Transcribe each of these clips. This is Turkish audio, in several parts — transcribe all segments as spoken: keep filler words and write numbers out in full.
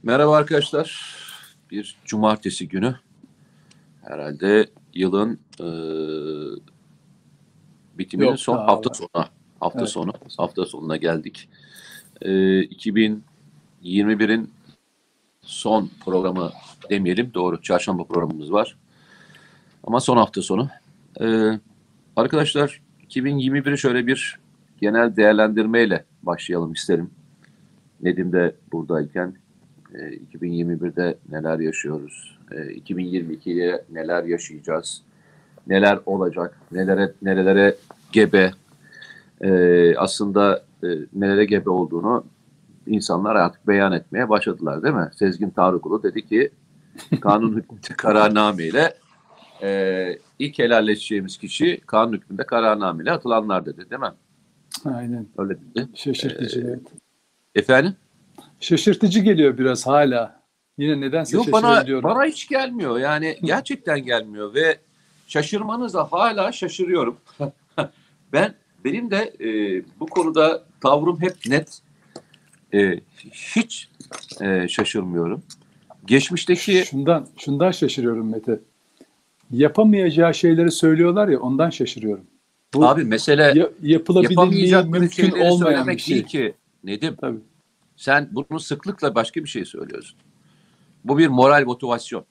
Merhaba arkadaşlar. Bir cumartesi günü. Herhalde yılın e, bitiminin Yok son daha hafta var. sonu. Hafta Evet. sonu. Hafta sonuna geldik. E, iki bin yirmi birin son programı demeyelim. Doğru. Çarşamba programımız var. Ama son hafta sonu. E, arkadaşlar iki bin yirmi biri şöyle bir genel değerlendirmeyle başlayalım isterim. Nedim de buradayken e, iki bin yirmi birde neler yaşıyoruz? E, iki bin yirmi ikiye neler yaşayacağız? Neler olacak? Nelere nerelere gebe? E, aslında e, nelere gebe olduğunu insanlar artık beyan etmeye başladılar, değil mi? Sezgin Tanrıkulu dedi ki kanun hükmünde kararnameyle e, ilk helalleşeceğimiz kişi kanun hükmünde kararnameyle atılanlar dedi, değil mi? Aynen. Öyle dedi. Şaşırtıcı. E, Evet. efendim? Şaşırtıcı geliyor biraz hala. Yine nedense Yok, bana şaşırabiliyorum. bana hiç gelmiyor. Yani gerçekten gelmiyor ve şaşırmanıza hala şaşırıyorum. Ben benim de e, bu konuda tavrım hep net. E, hiç e, şaşırmıyorum. Geçmişteki Şundan, şundan şaşırıyorum Mete. Yapamayacağı şeyleri söylüyorlar ya, ondan şaşırıyorum. Bu abi mesele ya, yapılabilirliği yapamayacakları mümkün şeyleri olmayan söylemek bir şey. değil ki Nedim. Tabii. Sen bunu sıklıkla başka bir şey söylüyorsun. Bu bir moral motivasyon.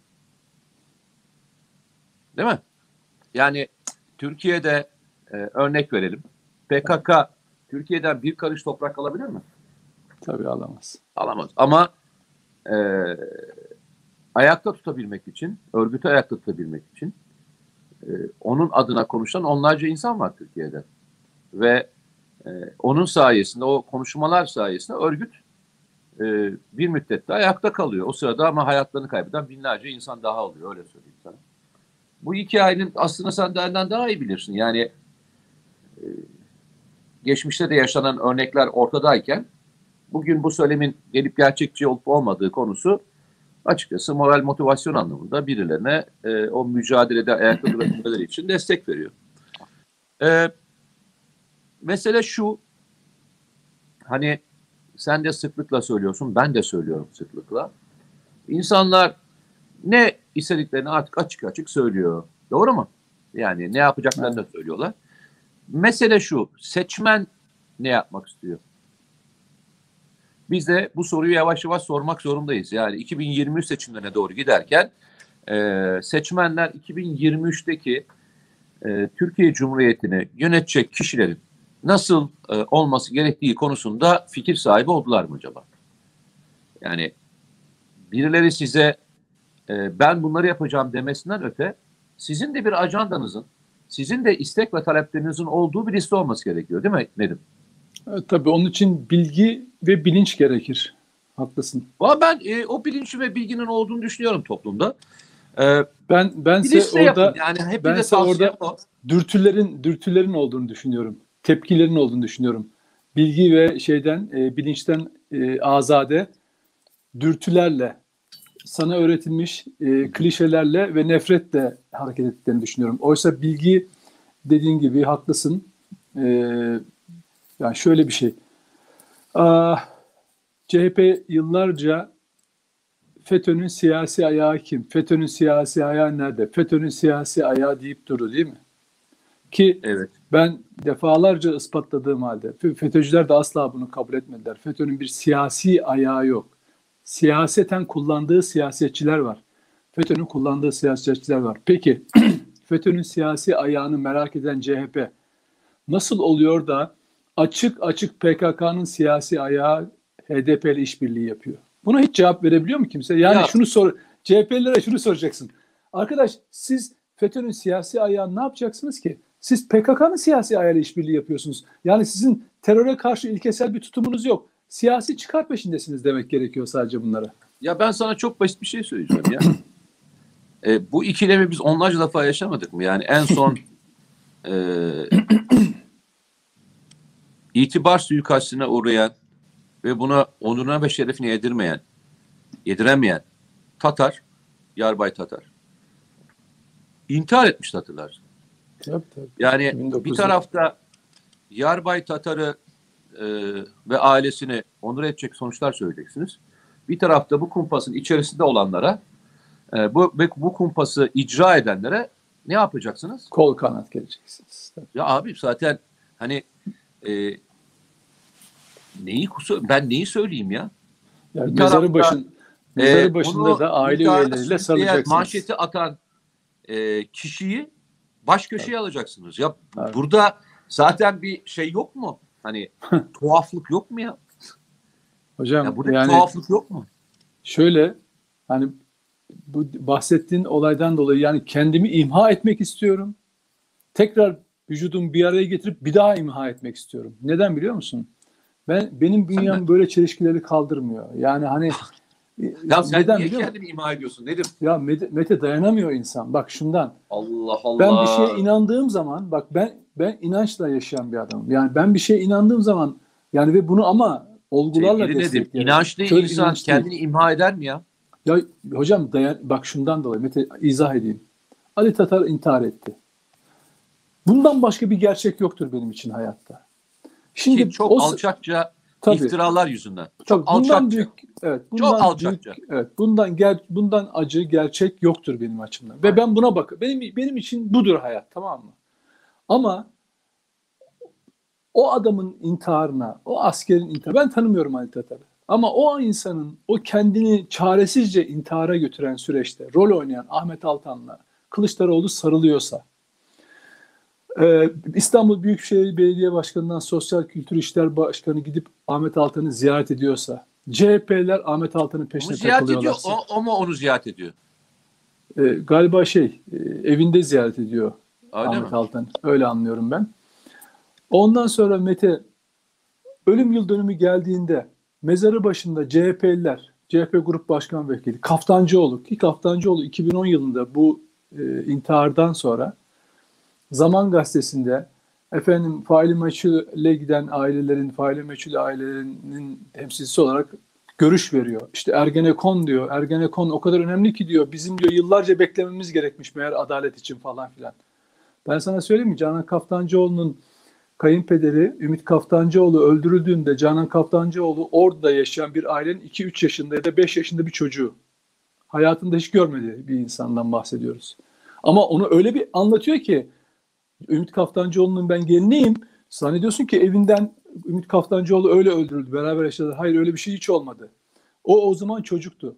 Değil mi? Yani Türkiye'de e, örnek verelim. P K K Türkiye'den bir karış toprak alabilir mi? Tabii alamaz. Alamaz. Ama e, ayakta tutabilmek için, örgütü ayakta tutabilmek için e, onun adına konuşan onlarca insan var Türkiye'de. Ve e, onun sayesinde, o konuşmalar sayesinde örgüt e, bir müddette ayakta kalıyor. O sırada ama hayatlarını kaybeden binlerce insan daha oluyor, öyle söyleyeyim sana. Bu hikayenin aslında sen benden daha iyi bilirsin. Yani e, geçmişte de yaşanan örnekler ortadayken bugün bu söylemin gelip gerçekçi olup olmadığı konusu açıkçası moral motivasyon anlamında birilerine e, o mücadelede ayakta durabilmeleri için destek veriyor. E, mesele şu, hani sen de sıklıkla söylüyorsun, ben de söylüyorum sıklıkla. İnsanlar ne istediklerini artık açık açık söylüyor. Doğru mu? Yani ne yapacaklarını da söylüyorlar. Mesele şu, seçmen ne yapmak istiyor? Biz de bu soruyu yavaş yavaş sormak zorundayız. Yani iki bin yirmi üç seçimlerine doğru giderken e, seçmenler iki bin yirmi üçteki e, Türkiye Cumhuriyeti'ni yönetecek kişilerin nasıl e, olması gerektiği konusunda fikir sahibi oldular mı acaba? Yani birileri size e, ben bunları yapacağım demesinden öte sizin de bir ajandanızın, sizin de istek ve taleplerinizin olduğu bir liste olması gerekiyor, değil mi Nedim? Evet, tabii onun için bilgi ve bilinç gerekir. Haklısın. Ama ben e, o bilinç ve bilginin olduğunu düşünüyorum toplumda. E, Ben bense bilinçle yapın. orada Yani hepinize bense tavsiyem orada o. dürtülerin dürtülerin olduğunu düşünüyorum. Tepkilerin olduğunu düşünüyorum. Bilgi ve şeyden e, bilinçten e, azade dürtülerle, sana öğretilmiş e, klişelerle ve nefretle hareket ettiklerini düşünüyorum. Oysa bilgi, dediğin gibi haklısın. E, yani şöyle bir şey. Aa, C H P yıllarca FETÖ'nün siyasi ayağı kim? FETÖ'nün siyasi ayağı nerede? FETÖ'nün siyasi ayağı deyip durdu, değil mi? Ki Evet. ben defalarca ispatladığım halde FETÖ'cüler de asla bunu kabul etmediler. FETÖ'nün bir siyasi ayağı yok. Siyaseten kullandığı siyasetçiler var. FETÖ'nün kullandığı siyasetçiler var. Peki FETÖ'nün siyasi ayağını merak eden C H P nasıl oluyor da açık açık P K K'nın siyasi ayağı H D P ile işbirliği yapıyor? Buna hiç cevap verebiliyor mu kimse? Yani Ya, şunu sor, C H P'lilere şunu soracaksın. Arkadaş, siz FETÖ'nün siyasi ayağını ne yapacaksınız ki? Siz P K K'nın siyasi ayağıyla işbirliği yapıyorsunuz. Yani sizin teröre karşı ilkesel bir tutumunuz yok. Siyasi çıkar peşindesiniz demek gerekiyor sadece bunlara. ya ben sana çok basit bir şey söyleyeceğim ya. e, bu ikilemi biz onlarca defa yaşamadık mı? Yani en son e, itibar suikastine uğrayan ve buna onuruna ve şerefine yedirmeyen, yediremeyen Tatar, Yarbay Tatar intihar etmiş, hatırlarsın. Tabii, tabii. Yani bin dokuz yüz bir tarafta Yarbay Tatar'ı e, ve ailesini onur edecek sonuçlar söyleyeceksiniz. Bir tarafta bu kumpasın içerisinde olanlara, e, bu bu kumpası icra edenlere ne yapacaksınız? Kol kanat geleceksiniz. Ya abi zaten hani e, neyi ben neyi söyleyeyim ya? Yani Bir mezarı tarafta, başın mezarı e, başında da aile üyeleriyle sarılacaksınız. Manşeti atan e, kişiyi baş köşeye evet. alacaksınız. Ya evet. Burada zaten bir şey yok mu? Hani tuhaflık yok mu ya? Hocam ya burada yani tuhaflık yok mu? Şöyle hani bu bahsettiğin olaydan dolayı yani kendimi imha etmek istiyorum. Tekrar vücudumu bir araya getirip bir daha imha etmek istiyorum. Neden biliyor musun? Ben benim bünyem böyle çelişkileri kaldırmıyor. Yani hani ya sen neden, niye kendini imha ediyorsun? Nedir? Ya Mete, Mete dayanamıyor insan. Bak şundan. Allah Allah. Ben bir şeye inandığım zaman bak ben ben inançla yaşayan bir adamım. Yani ben bir şeye inandığım zaman yani ve bunu ama olgularla desteklerim. İnançlı Kör insan inanç kendini değil. imha eder mi ya? Ya hocam dayan, bak şundan dolayı Mete izah edeyim. Ali Tatar intihar etti. Bundan başka bir gerçek yoktur benim için hayatta. Şimdi Ki çok o, alçakça tabii, iftiralar yüzünden. Çok tabii, alçakça. Bundan büyük, evet, bundan çok alçakça. Büyük, evet, bundan ger, bundan acı gerçek yoktur benim açımdan. Ve ben buna bak. Benim benim için budur hayat, tamam mı? Ama o adamın intiharına, o askerin intiharı, ben tanımıyorum Ali Tatar'ı. Ama o insanın o kendini çaresizce intihara götüren süreçte rol oynayan Ahmet Altan'la Kılıçdaroğlu sarılıyorsa, Ee, İstanbul Büyükşehir Belediye Başkanı'ndan Sosyal Kültür İşler Başkanı gidip Ahmet Altan'ı ziyaret ediyorsa, C H P'liler Ahmet Altan'ın peşine takılıyorlarsa. O, o mu onu ziyaret ediyor? E, galiba şey, e, evinde ziyaret ediyor Öyle Ahmet mi? Altan. Öyle anlıyorum ben. Ondan sonra Mete, ölüm yıl dönümü geldiğinde mezarı başında C H P'liler, C H P Grup Başkan Vekili Kaftancıoğlu, ki Kaftancıoğlu iki bin on yılında bu e, intihardan sonra Zaman Gazetesi'nde efendim faili meçhule giden ailelerin, faili meçhul ailelerinin temsilcisi olarak görüş veriyor. İşte Ergenekon diyor. Ergenekon o kadar önemli ki diyor. Bizim diyor yıllarca beklememiz gerekmiş meğer adalet için falan filan. Ben sana söyleyeyim mi? Canan Kaftancıoğlu'nun kayınpederi Ümit Kaftancıoğlu öldürüldüğünde Canan Kaftancıoğlu orada yaşayan bir ailenin iki üç yaşında ya da beş yaşında bir çocuğu. Hayatında hiç görmediği bir insandan bahsediyoruz. Ama onu öyle bir anlatıyor ki Ümit Kaftancıoğlu'nun ben gelineyim. Zannediyorsun ki evinden Ümit Kaftancıoğlu öyle öldürüldü. Beraber yaşadılar. Hayır, öyle bir şey hiç olmadı. O o zaman çocuktu.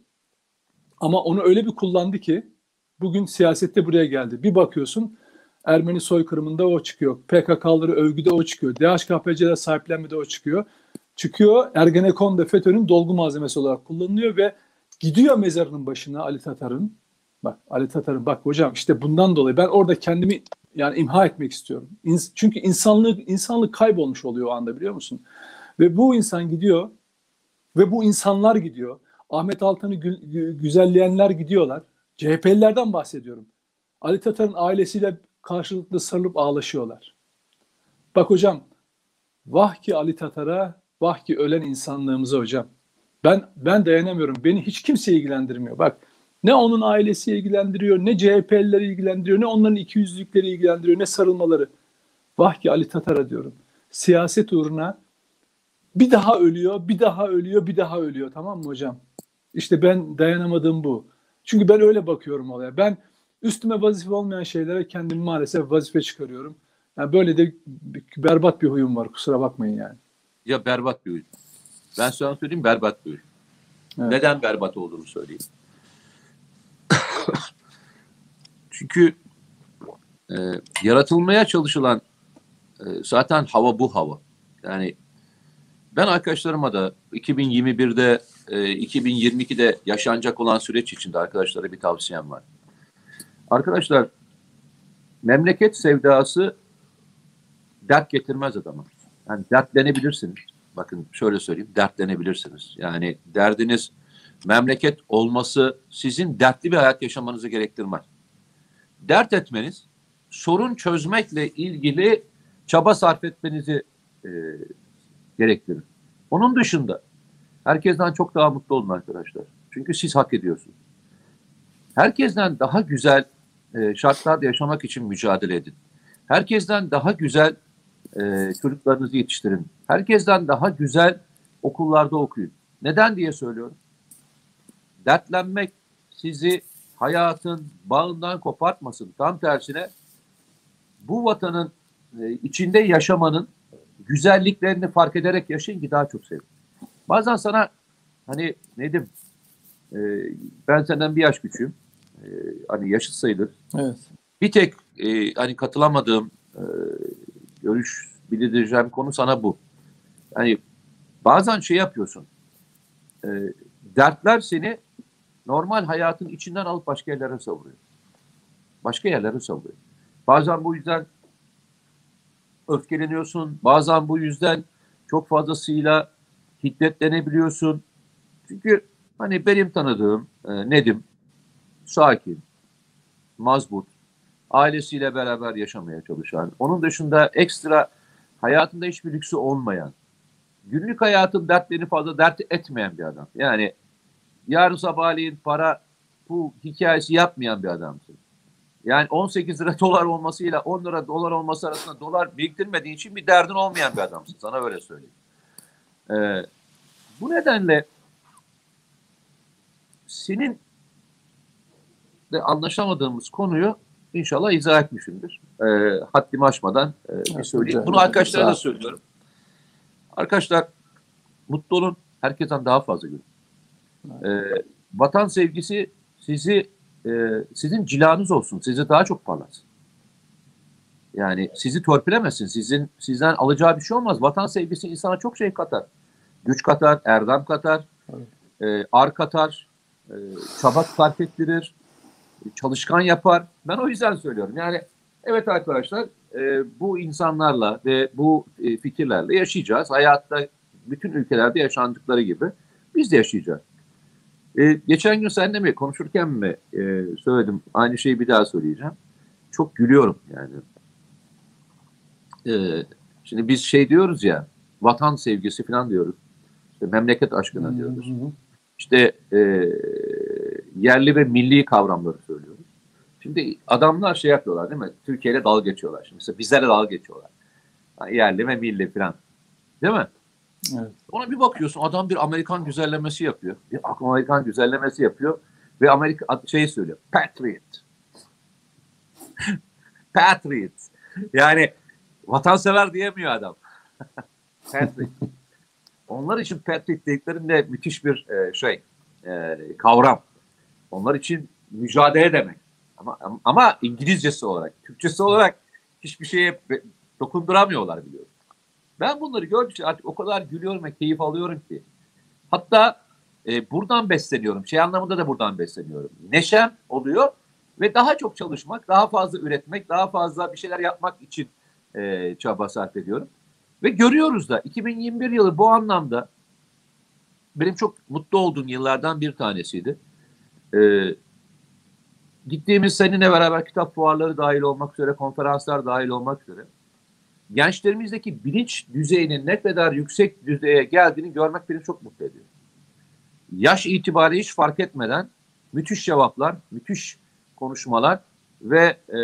Ama onu öyle bir kullandı ki bugün siyasette buraya geldi. Bir bakıyorsun Ermeni soykırımında o çıkıyor. P K K'ları övgüde o çıkıyor. D H K P C'de sahiplenmede o çıkıyor. Çıkıyor Ergenekon'da FETÖ'nün dolgu malzemesi olarak kullanılıyor ve gidiyor mezarının başına Ali Tatar'ın. Bak Ali Tatar'ın bak hocam işte bundan dolayı ben orada kendimi yani imha etmek istiyorum. İns- çünkü insanlık insanlık kaybolmuş oluyor o anda, biliyor musun? Ve bu insan gidiyor ve bu insanlar gidiyor. Ahmet Altan'ı gü- gü- güzelleyenler gidiyorlar. C H P'lilerden bahsediyorum. Ali Tatar'ın ailesiyle karşılıklı sarılıp ağlaşıyorlar. Bak hocam, vah ki Ali Tatar'a, vah ki ölen insanlığımıza hocam. Ben ben dayanamıyorum. Beni hiç kimse ilgilendirmiyor. Bak, ne onun ailesi ilgilendiriyor, ne C H P'lileri ilgilendiriyor, ne onların ikiyüzlülükleri ilgilendiriyor, ne sarılmaları. Vah ki Ali Tatar'a diyorum. Siyaset uğruna bir daha ölüyor, bir daha ölüyor, bir daha ölüyor. Tamam mı hocam? İşte ben dayanamadığım bu. Çünkü ben öyle bakıyorum olaya. Ben üstüme vazife olmayan şeylere kendimi maalesef vazife çıkarıyorum. Yani böyle de berbat bir huyum var. Kusura bakmayın yani. Ya berbat bir huy. Ben sana söyleyeyim, berbat bir huy. Evet. Neden berbat olduğunu söyleyeyim. Çünkü e, yaratılmaya çalışılan e, zaten hava bu hava. Yani ben arkadaşlarıma da iki bin yirmi birde, e, iki bin yirmi ikide yaşanacak olan süreç içinde arkadaşlara bir tavsiyem var. Arkadaşlar, memleket sevdası dert getirmez adama. Yani dertlenebilirsiniz. Bakın şöyle söyleyeyim, dertlenebilirsiniz. Yani derdiniz memleket olması sizin dertli bir hayat yaşamanızı gerektirmez. Dert etmeniz, sorun çözmekle ilgili çaba sarf etmenizi e, gerektirir. Onun dışında herkesten çok daha mutlu olun arkadaşlar. Çünkü siz hak ediyorsunuz. Herkesten daha güzel e, şartlarda yaşamak için mücadele edin. Herkesten daha güzel e, çocuklarınızı yetiştirin. Herkesten daha güzel okullarda okuyun. Neden diye söylüyorum. dertlenmek sizi hayatın bağından kopartmasın. Tam tersine bu vatanın e, içinde yaşamanın güzelliklerini fark ederek yaşayın ki daha çok sevin. Bazen sana hani Nedim, e, ben senden bir yaş küçüğüm. E, hani yaşıt sayılır. Evet. Bir tek e, hani katılamadığım e, görüş bildireceğim konu sana bu. Hani bazen şey yapıyorsun. E, dertler seni normal hayatın içinden alıp başka yerlere savuruyor. Başka yerlere savuruyor. Bazen bu yüzden öfkeleniyorsun. Bazen bu yüzden çok fazlasıyla hiddetlenebiliyorsun. Çünkü hani benim tanıdığım e, Nedim sakin, mazbut, ailesiyle beraber yaşamaya çalışan, onun dışında ekstra hayatında hiçbir lüksü olmayan, günlük hayatın dertlerini fazla dert etmeyen bir adam. Yani yarın sabahleyin para bu hikayesi yapmayan bir adamsın. Yani on sekiz lira dolar olmasıyla on lira dolar olması arasında dolar biriktirmediğin için bir derdin olmayan bir adamsın. Sana öyle söyleyeyim. Ee, bu nedenle senin de anlaşamadığımız konuyu inşallah izah etmişimdir. Ee, haddimi aşmadan e, bir Evet, söyleyeyim. güzel. Bunu arkadaşlara da Sağ- söylüyorum. Arkadaşlar mutlu olun. Herkesten daha fazla gülün. Ee, vatan sevgisi sizi e, sizin cilanız olsun. Sizi daha çok parlatsın. Yani sizi törpülemesin. Sizin sizden alacağı bir şey olmaz. Vatan sevgisi insana çok şey katar. Güç katar, erdem katar, Evet. e, ar katar, e, çaba sarf ettirir, çalışkan yapar. Ben o yüzden söylüyorum. Yani evet arkadaşlar, e, bu insanlarla ve bu e, fikirlerle yaşayacağız. Hayatta bütün ülkelerde yaşandıkları gibi biz de yaşayacağız. E, geçen gün seninle mi konuşurken mi e, söyledim. Aynı şeyi bir daha söyleyeceğim. Çok gülüyorum yani. E, şimdi biz şey diyoruz ya, vatan sevgisi falan diyoruz. İşte memleket aşkına diyoruz. Hı hı. İşte e, yerli ve milli kavramları söylüyoruz. Şimdi adamlar şey yapıyorlar değil mi? Türkiye ile dalga geçiyorlar. Şimdi mesela bizlerle dalga geçiyorlar. Yani yerli ve milli falan. Değil mi? Evet. Ona bir bakıyorsun adam bir Amerikan güzellemesi yapıyor. Bir Amerikan güzellemesi yapıyor. Ve Amerika şey söylüyor. Patriot. Patriot. Yani vatansever diyemiyor adam. Patriot. Onlar için Patriot dediklerinde müthiş bir e, şey e, kavram. Onlar için mücadele demek. Ama, ama İngilizcesi olarak, Türkçesi olarak hiçbir şeye dokunduramıyorlar biliyorum. Ben bunları gördükçe artık o kadar gülüyorum ve keyif alıyorum ki. Hatta e, buradan besleniyorum. Şey anlamında da buradan besleniyorum. Neşem oluyor ve daha çok çalışmak, daha fazla üretmek, daha fazla bir şeyler yapmak için e, çaba sarf ediyorum. Ve görüyoruz da iki bin yirmi bir yılı bu anlamda benim çok mutlu olduğum yıllardan bir tanesiydi. Ee, gittiğimiz seninle beraber kitap fuarları dahil olmak üzere, konferanslar dahil olmak üzere gençlerimizdeki bilinç düzeyinin ne kadar yüksek düzeye geldiğini görmek beni çok mutlu ediyor. Yaş itibariyle hiç fark etmeden müthiş cevaplar, müthiş konuşmalar ve e,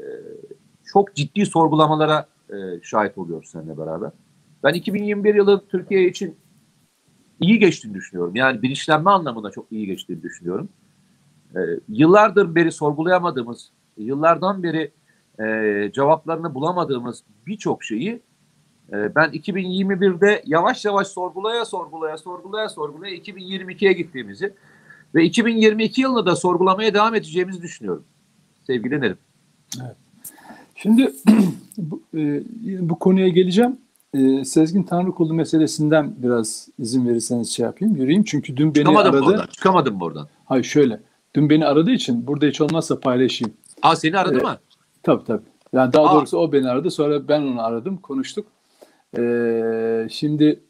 çok ciddi sorgulamalara e, şahit oluyoruz seninle beraber. Ben iki bin yirmi bir yılı Türkiye için iyi geçtiğini düşünüyorum. Yani bilinçlenme anlamında çok iyi geçtiğini düşünüyorum. Ee, yıllardır beri sorgulayamadığımız, yıllardan beri e, cevaplarını bulamadığımız birçok şeyi e, ben iki bin yirmi birde yavaş yavaş sorgulaya sorgulaya sorgulaya sorgulaya iki bin yirmi ikiye gittiğimizi ve iki bin yirmi iki yılında da sorgulamaya devam edeceğimizi düşünüyorum. Sevgili Nedim. Evet. Şimdi bu, e, bu konuya geleceğim. E, Sezgin Tanrıkulu meselesinden biraz izin verirseniz şey yapayım, yürüyeyim. Çünkü dün beni Çıkamadım aradı. buradan. Çıkamadım buradan. Hayır şöyle. Dün beni aradığı için burada hiç olmazsa paylaşayım. Aa seni aradı E, mı? tabii tabii. Yani daha Aa. doğrusu o beni aradı. Sonra ben onu aradım. Konuştuk. E, şimdi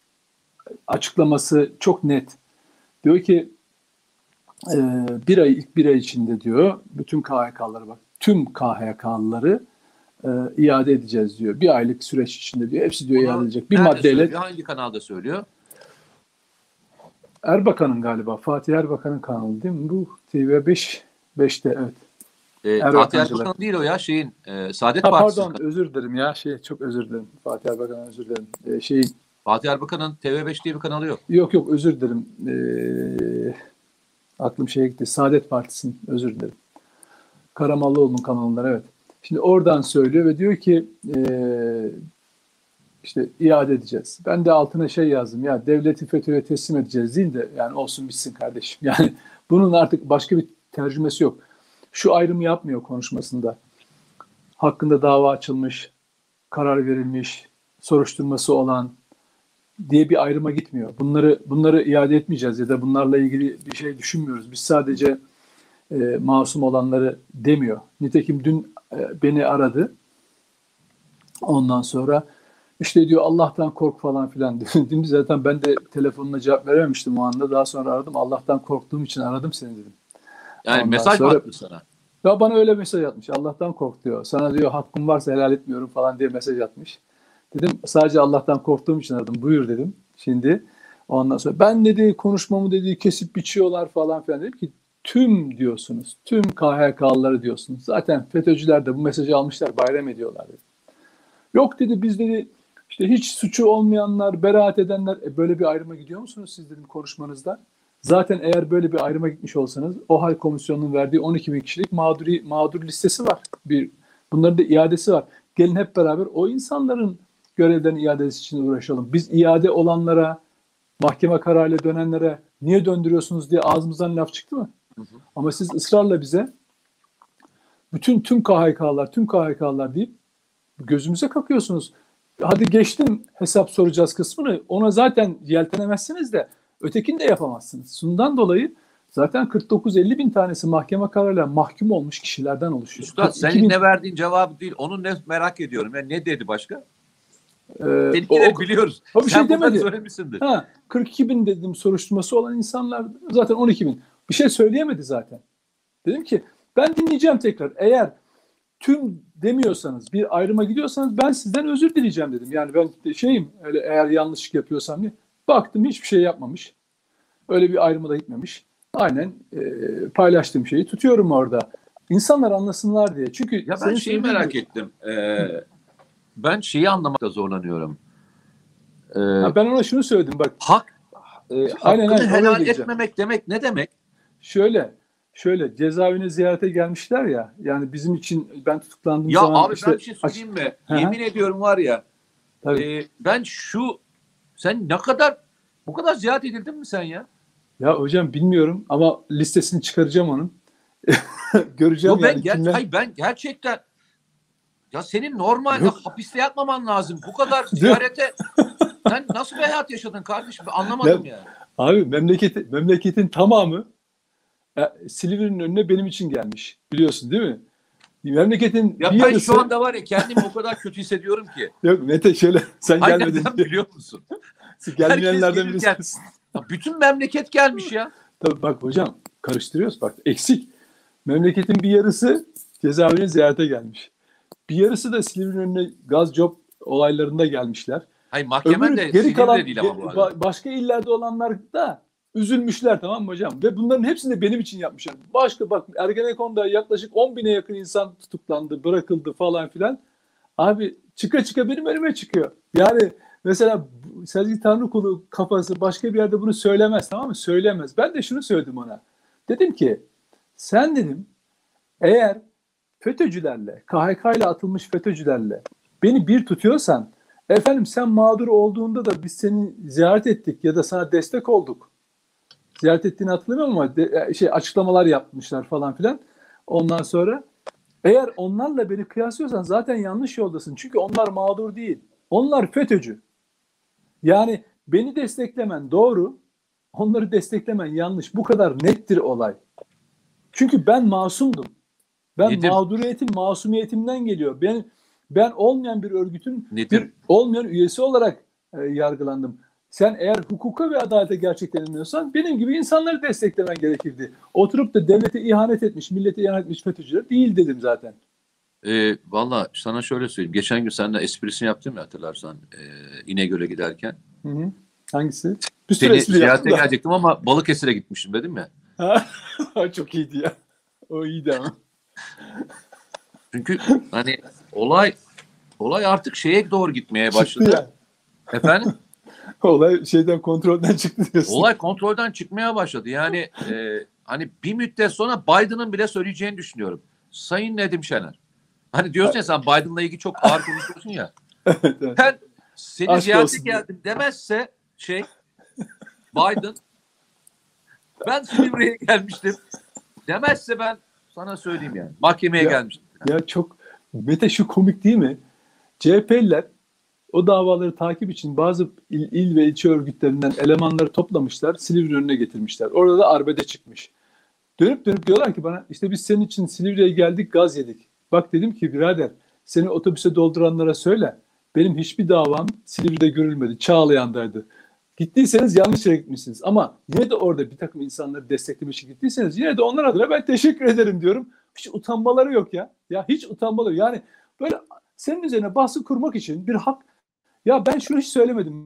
açıklaması çok net. Diyor ki e, bir ay ilk bir ay içinde diyor bütün K H K'ları bak tüm K H K'lıları e, iade edeceğiz diyor. Bir aylık süreç içinde diyor. Hepsi diyor Bunu iade edilecek. Bir nerede maddeyle söylüyor? Hangi kanalda söylüyor? Erbakan'ın galiba. Fatih Erbakan'ın kanalı değil mi? Bu T V beş beşte evet. E, Fatih Erbakancılar. Erbakan değil o ya şeyin e, Saadet Ha Partisi. pardon özür dilerim ya. Şey çok özür dilerim. Fatih Erbakan'a özür dilerim. Ee, şey Fatih Erbakan'ın T V beş diye bir kanalı yok. yok yok özür dilerim. Ee, Aklım şeye gitti. Saadet Partisi'nin, özür dilerim. Karamallıoğlu'nun kanalından, evet. Şimdi oradan söylüyor ve diyor ki ee, işte iade edeceğiz. Ben de altına şey yazdım, ya devleti FETÖ'ye teslim edeceğiz değil de yani olsun bitsin kardeşim. Yani bunun artık başka bir tercümesi yok. Şu ayrımı yapmıyor konuşmasında. Hakkında dava açılmış, karar verilmiş, soruşturması olan diye bir ayrıma gitmiyor. Bunları bunları iade etmeyeceğiz ya da bunlarla ilgili bir şey düşünmüyoruz. Biz sadece e, masum olanları demiyor. Nitekim dün e, beni aradı. Ondan sonra işte diyor Allah'tan kork falan filan. Dün zaten ben de telefonuna cevap verememiştim o anda. Daha sonra aradım. Allah'tan korktuğum için aradım seni dedim. Yani Ondan mesaj mı sonra, attı sana? Ya bana öyle mesaj atmış. Allah'tan kork diyor. Sana diyor hakkım varsa helal etmiyorum falan diye mesaj atmış. Dedim sadece Allah'tan korktuğum için aradım. Buyur dedim. Şimdi ondan sonra ben dedi konuşmamı dedi kesip biçiyorlar falan filan. Dedim ki tüm diyorsunuz. Tüm K H K'lıları diyorsunuz. Zaten FETÖ'cüler de bu mesajı almışlar. Bayram ediyorlar dedi. Yok dedi biz dedi işte hiç suçu olmayanlar, beraat edenler e, böyle bir ayrıma gidiyor musunuz siz dedim konuşmanızda. Zaten eğer böyle bir ayrıma gitmiş olsanız o hal komisyonunun verdiği on iki bin kişilik mağduri, mağdur listesi var. Bir, bunların da iadesi var. Gelin hep beraber o insanların görevden iadesi için uğraşalım. Biz iade olanlara, mahkeme kararıyla dönenlere niye döndürüyorsunuz diye ağzımızdan laf çıktı mı? Hı hı. Ama siz ısrarla bize bütün tüm K H K'lar, tüm K H K'lar deyip gözümüze kakıyorsunuz. Hadi geçtim hesap soracağız kısmını. Ona zaten yeltenemezsiniz de ötekini de yapamazsınız. Bundan dolayı zaten kırk dokuz elli bin tanesi mahkeme kararıyla mahkum olmuş kişilerden oluşuyor. Üstad senin bin... ne verdiğin cevabı değil. Onun ne merak ediyorum. Yani ne dedi başka? Ee, Seninkileri biliyoruz. O bir Sen şey demedi. söylemişsindir. Ha, kırk iki bin dedim soruşturması olan insanlar zaten on iki bin. Bir şey söyleyemedi zaten. Dedim ki ben dinleyeceğim tekrar. Eğer tüm demiyorsanız, bir ayrıma gidiyorsanız ben sizden özür dileyeceğim dedim. Yani ben şeyim, öyle eğer yanlışlık yapıyorsam diye. Baktım hiçbir şey yapmamış. Öyle bir ayrıma da gitmemiş. Aynen e, paylaştığım şeyi tutuyorum orada. İnsanlar anlasınlar diye. Çünkü ya ben şeyi merak gibi... ettim. Ee, ben şeyi anlamakta zorlanıyorum. Ee, ha, ben ona şunu söyledim bak. Hak, e, aynen, hakkını aynen, helal etmemek demek ne demek? Şöyle. Şöyle cezaevine ziyarete gelmişler ya. Yani bizim için ben tutuklandığım ya zaman... Ya abi işte, ben bir şey söyleyeyim mi? Hı-hı. Yemin ediyorum var ya. E, ben şu... Sen ne kadar... Bu kadar ziyaret edildin mi sen ya? Ya hocam bilmiyorum ama listesini çıkaracağım onun. Göreceğim Yo, ben yani. Ger- kimler... Hayır ben gerçekten... Ya senin normalde hapiste yatmaman lazım. Bu kadar ziyarete... Sen nasıl bir hayat yaşadın kardeşim? Ben anlamadım ya, yani. Abi memleketi, memleketin tamamı e, Silivri'nin önüne benim için gelmiş. Biliyorsun değil mi? Memleketin ya bir ben yarısı... şu anda var ya kendimi o kadar kötü hissediyorum ki. Yok Mete şöyle sen Hayır, gelmedin. neden biliyor musun? Gelmeyenlerden birisi. Bütün memleket gelmiş ya. Tabii bak hocam karıştırıyoruz bak eksik. Memleketin bir yarısı cezaevine ziyarete gelmiş. Bir yarısı da Silivri'nin önüne gaz job olaylarında gelmişler. Hayır mahkemen de geri kalan değil ama bu arada. Başka illerde olanlar da üzülmüşler tamam mı hocam? Ve bunların hepsini de benim için yapmışlar. Başka bak Ergenekon'da yaklaşık on bine yakın insan tutuklandı, bırakıldı falan filan. Abi çıka çıka benim önüme çıkıyor. Yani mesela Sezgi Tanrıkulu kafası başka bir yerde bunu söylemez tamam mı? Söylemez. Ben de şunu söyledim ona. Dedim ki sen dedim eğer FETÖ'cülerle, K H K ile atılmış FETÖ'cülerle beni bir tutuyorsan efendim sen mağdur olduğunda da biz seni ziyaret ettik ya da sana destek olduk. Ziyaret ettiğini hatırlamıyorum ama de, şey açıklamalar yapmışlar falan filan. Ondan sonra eğer onlarla beni kıyaslıyorsan zaten yanlış yoldasın. Çünkü onlar mağdur değil. Onlar FETÖ'cü. Yani beni desteklemen doğru. Onları desteklemen yanlış. Bu kadar nettir olay. Çünkü ben masumdum. Ben Nedim. mağduriyetim, masumiyetimden geliyor. Ben ben olmayan bir örgütün Nedim. bir olmayan üyesi olarak e, yargılandım. Sen eğer hukuka ve adalete gerçekten inanıyorsan benim gibi insanları desteklemen gerekirdi. Oturup da devlete ihanet etmiş, millete ihanet etmiş FETÖ'cüler değil dedim zaten. E, Valla sana şöyle söyleyeyim. Geçen gün seninle esprisini yaptım ya hatırlarsan e, İnegöl'e giderken. Hı hı. Hangisi? Bir Seni ziyarete gelecektim ama Balıkesir'e gitmiştim dedim ya. Çok iyiydi ya. O iyiydi ama. Çünkü hani olay olay artık şeye doğru gitmeye başladı. Çıktı ya. Efendim? Olay şeyden kontrolden çıktı diyorsun. Olay kontrolden çıkmaya başladı. Yani e, hani bir müddet sonra Biden'ın bile söyleyeceğini düşünüyorum. Sayın Nedim Şener. Hani diyorsun ya sen Biden'la ilgili çok ağır konuşuyorsun ya. Evet, evet. Ben seni Aşk ziyarete olsun geldim demezse şey Biden ben Silivri'ye gelmiştim demezse ben sana söyleyeyim yani. Mahkemeye Ya, gelmiştim. ya çok Mete, şu komik değil mi? C H P'liler o davaları takip için bazı il, il ve ilçe örgütlerinden elemanları toplamışlar, Silivri'nin önüne getirmişler. Orada da arbede çıkmış. Dönüp dönüp diyorlar ki bana, işte biz senin için Silivri'ye geldik, gaz yedik. Bak dedim ki birader, seni otobüse dolduranlara söyle. Benim hiçbir davam Silivri'de görülmedi. Çağlayan'daydı. Gittiyseniz yanlış yere gitmişsiniz. Ama yine de orada bir takım insanları desteklemek için gittiyseniz yine de onlar adına ben teşekkür ederim diyorum. Hiç utanmaları yok ya. Ya hiç utanmaları. Yani böyle senin üzerine baskı kurmak için bir hak. Ya ben şunu hiç söylemedim.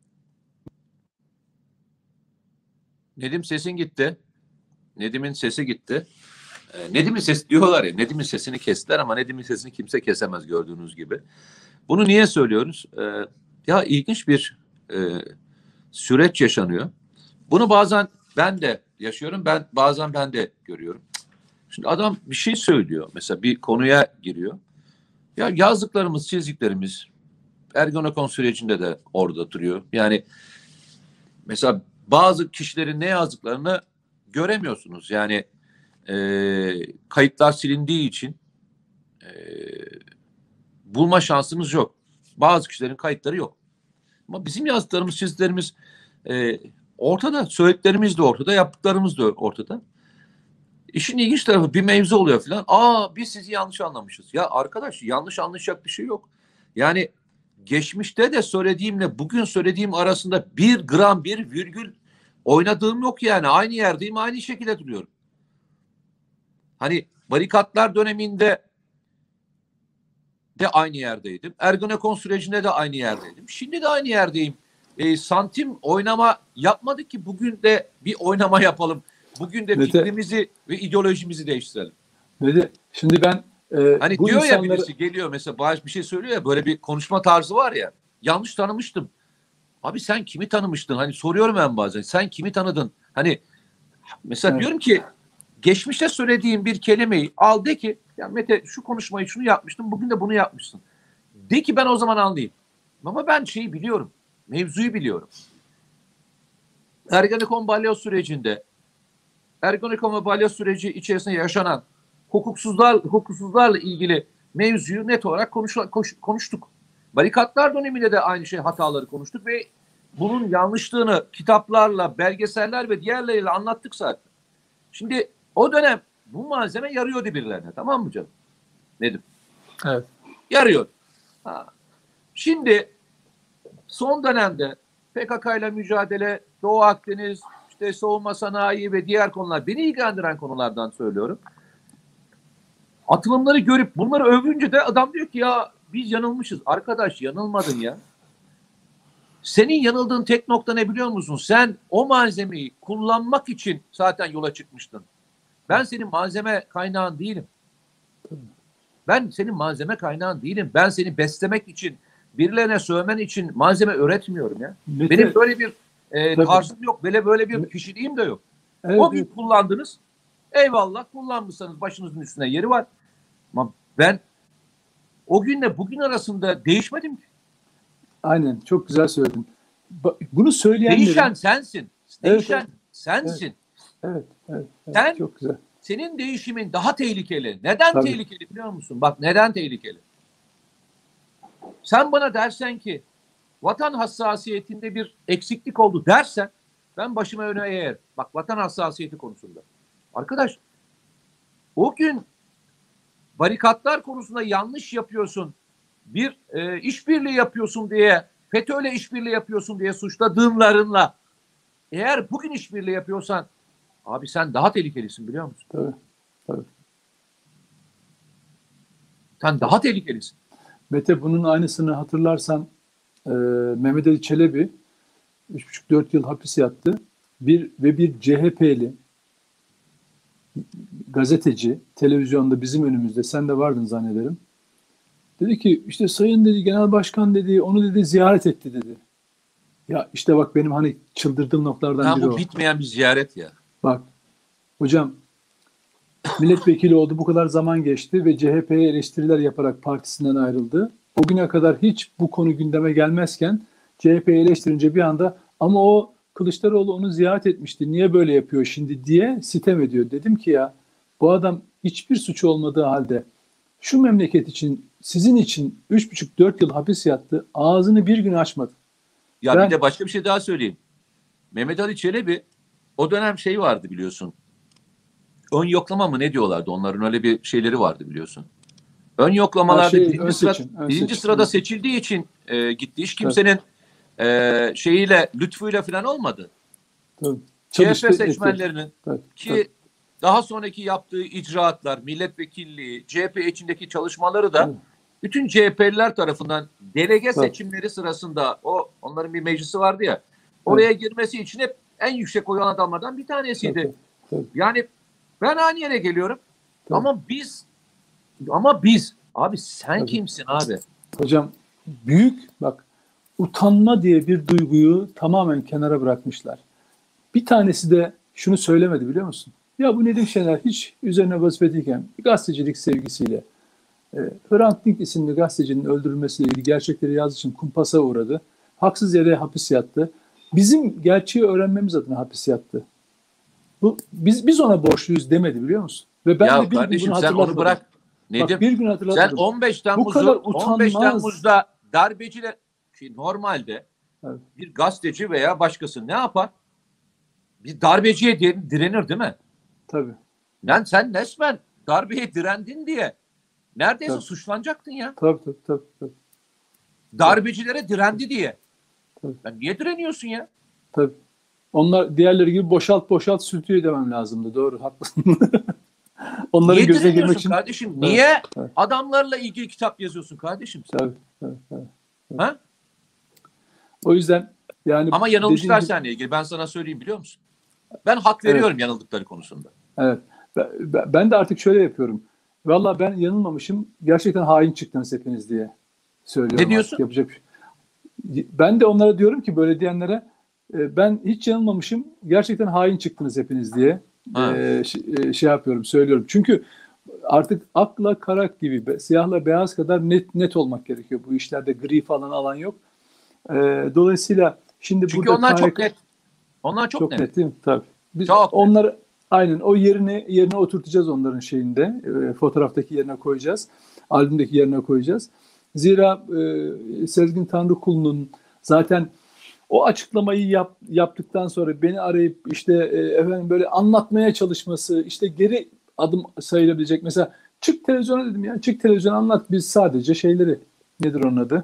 Nedim sesin gitti. Nedim'in sesi gitti. Ee, Nedim'in sesi diyorlar ya, Nedim'in sesini kestiler ama Nedim'in sesini kimse kesemez gördüğünüz gibi. Bunu niye söylüyoruz? Ee, ya ilginç bir e, süreç yaşanıyor. Bunu bazen ben de yaşıyorum, ben bazen ben de görüyorum. Şimdi adam bir şey söylüyor, mesela bir konuya giriyor. Ya yazdıklarımız, çizdiklerimiz Ergenekon sürecinde de orada duruyor. Yani mesela bazı kişilerin ne yazdıklarını göremiyorsunuz. Yani e, kayıtlar silindiği için e, bulma şansınız yok. Bazı kişilerin kayıtları yok. Ama bizim yazdıklarımız, çizdiklerimiz e, ortada. Söylediklerimiz de ortada, yaptıklarımız da ortada. İşin ilginç tarafı bir mevzu oluyor falan. Aa biz sizi yanlış anlamışız. Ya arkadaş yanlış anlayacak bir şey yok. Yani geçmişte de söylediğimle bugün söylediğim arasında bir gram bir virgül oynadığım yok yani. Aynı yerdeyim, aynı şekilde duruyorum. Hani barikatlar döneminde de aynı yerdeydim. Ergenekon sürecinde de aynı yerdeydim. Şimdi de aynı yerdeyim. E, santim oynama yapmadık ki bugün de bir oynama yapalım. Bugün de Mete, fikrimizi ve ideolojimizi değiştirelim. Mete, şimdi ben e, Hani bu diyor ya insanları... birisi geliyor mesela Bağış bir şey söylüyor ya, böyle bir konuşma tarzı var ya, yanlış tanımıştım. Abi sen kimi tanımıştın? Hani soruyorum ben bazen. Sen kimi tanıdın? Hani mesela Evet. diyorum ki geçmişte söylediğim bir kelimeyi al de ki ya Mete şu konuşmayı şunu yapmıştım, bugün de bunu yapmışsın. De ki ben o zaman anlayayım. Ama ben şeyi biliyorum. Mevzuyu biliyorum. Ergenekon balyoz sürecinde Ergenekon ve balyoz süreci içerisinde yaşanan hukuksuzlar, hukuksuzlarla ilgili mevzuyu net olarak konuş, konuştuk. Barikatlar döneminde de aynı şey hataları konuştuk ve bunun yanlışlığını kitaplarla, belgeseller ve diğerleriyle anlattık zaten. Şimdi o dönem bu malzeme yarıyordu birilerine, tamam mı canım? Nedim? Evet. Yarıyor. Ha. Şimdi son dönemde P K K ile mücadele, Doğu Akdeniz, işte savunma sanayi ve diğer konular, beni ilgilendiren konulardan söylüyorum. Atılımları görüp bunları övünce de adam diyor ki ya biz yanılmışız. Arkadaş yanılmadın ya. Senin yanıldığın tek nokta ne biliyor musun? Sen o malzemeyi kullanmak için zaten yola çıkmıştın. Ben senin malzeme kaynağın değilim. Ben senin malzeme kaynağın değilim. Ben seni beslemek için, birilerine sövmen için malzeme üretmiyorum ya. Mete, Benim böyle bir e, tabii. tarzım yok. Böyle böyle bir kişiliğim de yok. Evet, O gün evet. kullandınız. Eyvallah, kullanmışsanız başınızın üstüne yeri var. Ama ben o günle bugün arasında değişmedim ki. Aynen, çok güzel söyledin. Ba- Bunu söyleyenlerin... Değişen sensin. Değişen Evet, sensin. Evet, evet, evet, Sen, çok güzel. senin değişimin daha tehlikeli. Neden Tabii. tehlikeli biliyor musun? Bak neden tehlikeli? Sen bana dersen ki vatan hassasiyetinde bir eksiklik oldu dersen ben başıma öne eğer. Bak vatan hassasiyeti konusunda. Arkadaş o gün barikatlar konusunda yanlış yapıyorsun. Bir e, işbirliği yapıyorsun diye, FETÖ'yle işbirliği yapıyorsun diye suçladığınlarınla eğer bugün işbirliği yapıyorsan abi sen daha tehlikelisin biliyor musun? Tabii, tabii. Sen daha tehlikelisin. Mete, bunun aynısını hatırlarsan e, Mehmet Ali Çelebi üç buçuk dört yıl hapis yattı. Bir ve bir C H P'li gazeteci televizyonda bizim önümüzde, sen de vardın zannederim. Dedi ki işte sayın dedi genel başkan dedi onu dedi ziyaret etti dedi. Ya işte bak benim hani çıldırdığım noktalardan Ya biri bu o. bitmeyen bir ziyaret ya. Bak Hocam milletvekili oldu, bu kadar zaman geçti ve C H P'ye eleştiriler yaparak partisinden ayrıldı. O güne kadar hiç bu konu gündeme gelmezken C H P'yi eleştirince bir anda ama o Kılıçdaroğlu onu ziyaret etmişti, niye böyle yapıyor şimdi diye sitem ediyor. Dedim ki ya bu adam hiçbir suçu olmadığı halde şu memleket için, sizin için üç buçuk dört yıl hapis yattı, ağzını bir gün açmadı. Ya Ben, bir de başka bir şey daha söyleyeyim. Mehmet Ali Çelebi o dönem şey vardı biliyorsun. Ön yoklama mı ne diyorlardı? Onların öyle bir şeyleri vardı biliyorsun. Ön yoklamalarda şey, birinci, ön sıra, seçim, ön birinci seçim. sırada seçildiği için e, gitti. Hiç kimsenin e, şeyiyle, lütfuyla falan olmadı. Tabii. C H P Çalıştı, seçmenlerinin tabii, ki tabii. daha sonraki yaptığı icraatlar, milletvekilliği, C H P içindeki çalışmaları da Tabii. bütün C H P'liler tarafından delege Tabii. seçimleri sırasında o onların bir meclisi vardı ya, oraya girmesi için hep en yüksek oy alan adamlardan bir tanesiydi. Tabii, tabii. Yani ben aynı yere geliyorum. Tabii. Ama biz ama biz abi sen Tabii. kimsin abi? Hocam büyük bak, utanma diye bir duyguyu tamamen kenara bırakmışlar. Bir tanesi de şunu söylemedi biliyor musun? Ya bu Nedim Şener hiç üzerine vazifedeyken gazetecilik sevgisiyle e, Hrant Dink isimli gazetecinin öldürülmesiyle ilgili gerçekleri yazdığı için kumpasa uğradı. Haksız yere hapis yattı. Bizim gerçeği öğrenmemiz adına hapis yattı. Bu, biz biz ona borçluyuz demedi biliyor musun? Ve ben Ya de bir kardeşim gün bunu sen onu hatırlatmadım. bırak. Bak Nedim bir gün sen hatırlatmadım. on beş Bu kadar Temmuz'u utanmaz. on beş Temmuz'da darbeciler ki normalde Evet. bir gazeteci veya başkası ne yapar? Bir darbeciye direnir değil mi? Tabii. Lan sen resmen darbeye direndin diye neredeyse Tabii. suçlanacaktın ya. Tabii tabii tabii. tabii. Darbecilere direndi diye. Tabii. Lan niye direniyorsun ya? Tabii. Onlar diğerleri gibi boşalt boşalt sürtüyor demem lazımdı. Doğru, haklısın. Onların Niye gözüne girmek direniyorsun için. kardeşim? Evet, Niye evet. adamlarla ilgili kitap yazıyorsun kardeşim sen? Tabii, tabii, tabii. Ha? O yüzden yani Ama yanılmışlar dediğim gibi- seninle ilgili. Ben sana söyleyeyim biliyor musun? Ben hak veriyorum yanıldıkları konusunda. Evet. Ben- Ben de artık şöyle yapıyorum. Valla ben yanılmamışım. Gerçekten hain çıktınız hepiniz diye söylüyorum. Ne diyorsun? Artık yapacak bir şey. Ben de onlara diyorum ki, böyle diyenlere, e, ben hiç yanılmamışım. Gerçekten hain çıktınız hepiniz diye Ha. e, şey, e, şey yapıyorum, söylüyorum. Çünkü artık akla karak gibi, be- siyahla beyaz kadar net net olmak gerekiyor. Bu işlerde gri falan alan yok. E, dolayısıyla şimdi Çünkü burada onlar K Y K çok net. Onlar çok, çok net. net değil mi? Tabii. Biz Çok net. onları aynen o yerine yerine oturtacağız, onların şeyinde. E, fotoğraftaki yerine koyacağız. Albümdeki yerine koyacağız. Zira e, Sezgin Tanrıkulu'nun zaten o açıklamayı yap, yaptıktan sonra beni arayıp işte e, efendim böyle anlatmaya çalışması, işte geri adım sayılabilecek. Mesela çık televizyona dedim ya. Çık televizyona anlat. Biz sadece şeyleri, nedir onun adı?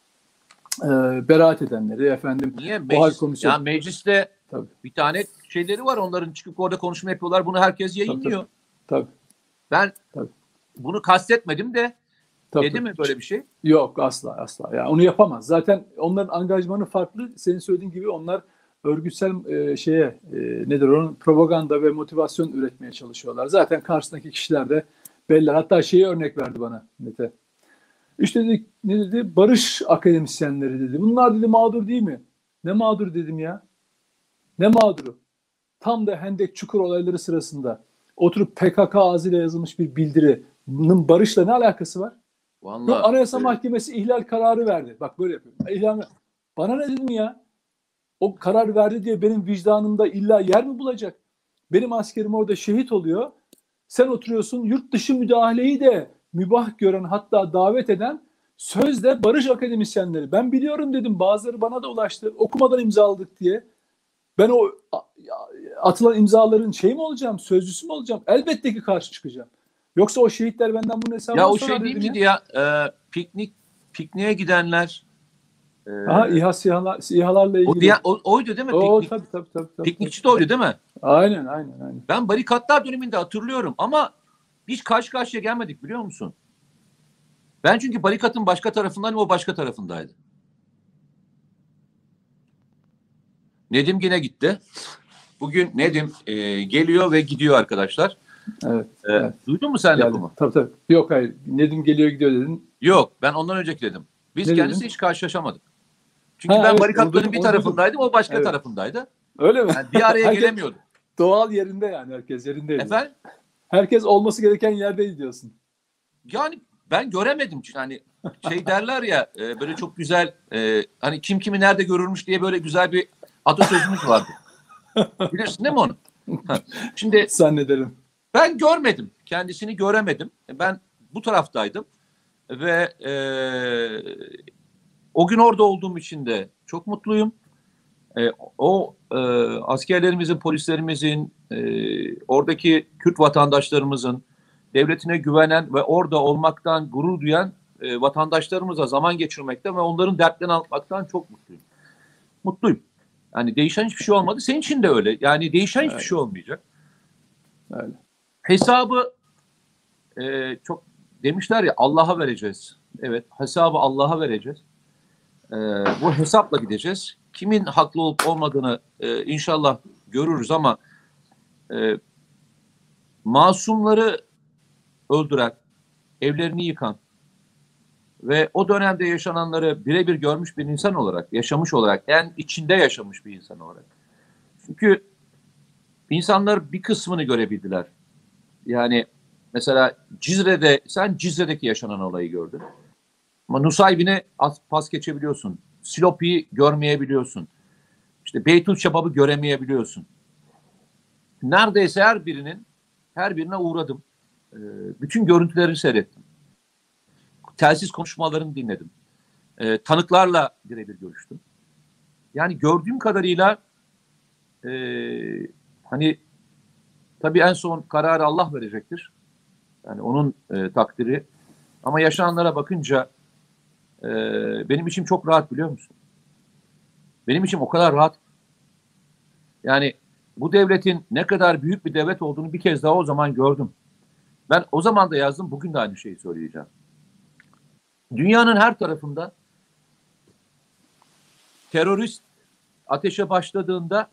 E, beraat edenleri efendim. Niye? O hal Meclis, komisyonu. ya mecliste Tabii. bir tane şeyleri var. Onların çıkıp orada konuşma yapıyorlar. Bunu herkes yayınlıyor. Tabii. Ben Tabii. bunu kastetmedim de Tabii. dedi mi böyle bir şey? Yok, asla asla. Yani onu yapamaz. Zaten onların angajmanı farklı. Senin söylediğin gibi onlar örgütsel e, şeye e, nedir onun propaganda ve motivasyon üretmeye çalışıyorlar. Zaten karşısındaki kişiler de belli. Hatta şeyi örnek verdi bana Mete. İşte dedi, ne dedi? Barış akademisyenleri dedi. Bunlar dedi mağdur değil mi? Ne mağdur dedim ya. Ne mağduru? Tam da Hendek Çukur olayları sırasında oturup P K K ağzıyla yazılmış bir bildirinin barışla ne alakası var? Vallahi, Yok, Anayasa e, Mahkemesi ihlal kararı verdi. Bak böyle yapıyorum. İhlal, bana ne dedim ya? O karar verdi diye benim vicdanımda illa yer mi bulacak? Benim askerim orada şehit oluyor. Sen oturuyorsun yurt dışı müdahaleyi de mübah gören, hatta davet eden sözde barış akademisyenleri. Ben biliyorum dedim. Bazıları bana da ulaştı. Okumadan imzaladık diye. Ben o atılan imzaların şey mi olacağım? Sözcüsü mü olacağım? Elbette ki karşı çıkacağım. Yoksa o şehitler benden bunun hesabını ya o sorar şey değil dedim miydi ya? E, piknik pikniğe gidenler. E, Aha, İHA SİHA'lar, SİHA'larla ilgili. o, diye, o oydu değil mi? O Piknik, tabii tabii tabii. tabii. piknikçi de oydu değil mi? Aynen aynen aynen. Ben barikatlar döneminde hatırlıyorum ama hiç karşı karşıya gelmedik biliyor musun? Ben çünkü barikatın başka tarafındaydım, o başka tarafındaydı. Nedim yine gitti. Bugün Nedim e, geliyor ve gidiyor arkadaşlar. Evet. E, evet. Duydun mu sen Geldi. lafımı? Tabii tabii. Yok hayır. Nedim geliyor gidiyor dedin. Yok, ben ondan önceki dedim. Biz Ne kendisi dedin? hiç karşılaşamadık. Çünkü Ha, ben evet, barikatların onu bir duydum. tarafındaydım, o başka Evet. tarafındaydı. Öyle mi? Yani bir araya Herkes- gelemiyorduk. Doğal yerinde yani, herkes yerindeydi. Efendim? Herkes olması gereken yerdeydi diyorsun. Yani ben göremedim. Hani şey derler ya e, böyle çok güzel e, hani kim kimi nerede görürmüş diye böyle güzel bir atasözümüz vardı. Bilirsin değil mi onu? Ha. Şimdi Zannederim. ben görmedim. Kendisini göremedim. Ben bu taraftaydım ve e, o gün orada olduğum için de çok mutluyum. E, o e, askerlerimizin, polislerimizin, e, oradaki Kürt vatandaşlarımızın devletine güvenen ve orada olmaktan gurur duyan e, vatandaşlarımıza zaman geçirmekten ve onların dertlerini anlatmaktan çok mutluyum. Mutluyum. Yani değişen hiçbir şey olmadı. Senin için de öyle. Yani değişen hiçbir Evet. şey olmayacak. Öyle. Hesabı e, çok demişler ya Allah'a vereceğiz. Evet, hesabı Allah'a vereceğiz. E, bu hesapla gideceğiz. Kimin haklı olup olmadığını e, inşallah görürüz ama e, masumları öldüren, evlerini yıkan ve o dönemde yaşananları birebir görmüş bir insan olarak, yaşamış olarak, en içinde yaşamış bir insan olarak. Çünkü insanlar bir kısmını görebildiler. Yani mesela Cizre'de, sen Cizre'deki yaşanan olayı gördün. Ama Nusaybin'e pas geçebiliyorsun. Silopi'yi görmeyebiliyorsun. İşte Beytülşebab'ı göremeyebiliyorsun. Neredeyse her birinin, her birine uğradım. Ee, bütün görüntülerini seyrettim. Telsiz konuşmalarını dinledim. Ee, tanıklarla birebir görüştüm. Yani gördüğüm kadarıyla e, hani tabii en son kararı Allah verecektir. Yani onun e, takdiri. Ama yaşananlara bakınca e, benim içim çok rahat, biliyor musun? Benim içim o kadar rahat. Yani bu devletin ne kadar büyük bir devlet olduğunu bir kez daha o zaman gördüm. Ben o zaman da yazdım, bugün de aynı şeyi söyleyeceğim. Dünyanın her tarafında terörist ateşe başladığında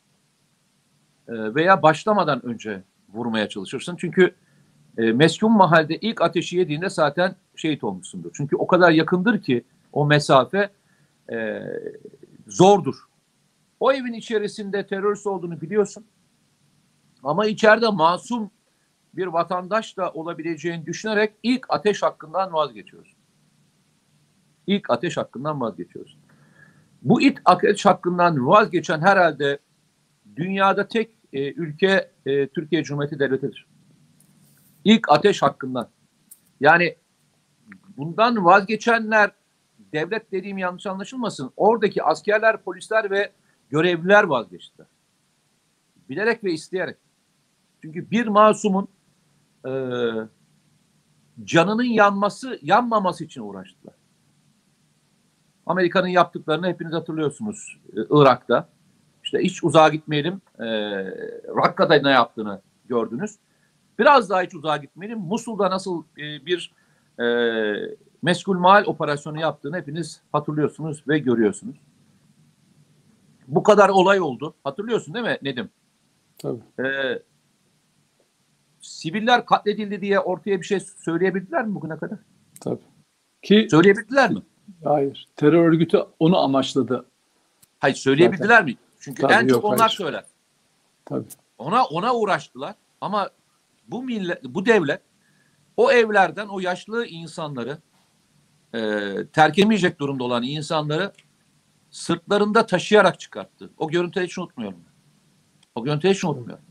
e, veya başlamadan önce vurmaya çalışırsın. Çünkü e, meskun mahalde ilk ateşi yediğinde zaten şehit olmuşsundur. Çünkü o kadar yakındır ki o mesafe e, zordur. O evin içerisinde terörist olduğunu biliyorsun. Ama içeride masum bir vatandaş da olabileceğini düşünerek ilk ateş hakkından vazgeçiyorsun. İlk ateş hakkından vazgeçiyorsun. Bu ilk ateş hakkından vazgeçen herhalde dünyada tek e, ülke e, Türkiye Cumhuriyeti Devleti'dir. İlk ateş hakkından. Yani bundan vazgeçenler, devlet dediğim yanlış anlaşılmasın, oradaki askerler, polisler ve görevliler vazgeçtiler. Bilerek ve isteyerek. Çünkü bir masumun e, canının yanması, yanmaması için uğraştılar. Amerika'nın yaptıklarını hepiniz hatırlıyorsunuz e, Irak'ta. İşte hiç uzağa gitmeyelim. E, Rakka'da ne yaptığını gördünüz. Biraz daha hiç uzağa gitmeyelim. Musul'da nasıl e, bir e, meskul mal operasyonu yaptığını hepiniz hatırlıyorsunuz ve görüyorsunuz. Bu kadar olay oldu. Hatırlıyorsun değil mi Nedim? Tabii. E, siviller katledildi diye ortaya bir şey söyleyebildiler mi bugüne kadar? Tabii. Ki Söyleyebildiler mi? hayır. Terör örgütü onu amaçladı. Hayır, söyleyebildiler Zaten. mi? Çünkü Tabii, en çok yok, onlar hayır. söyler. Tabii. Ona ona uğraştılar ama bu millet, bu devlet o evlerden o yaşlı insanları e, terk edemeyecek durumda olan insanları sırtlarında taşıyarak çıkarttı. O görüntüyü hiç unutmuyorum. O görüntüyü hiç unutmuyorum.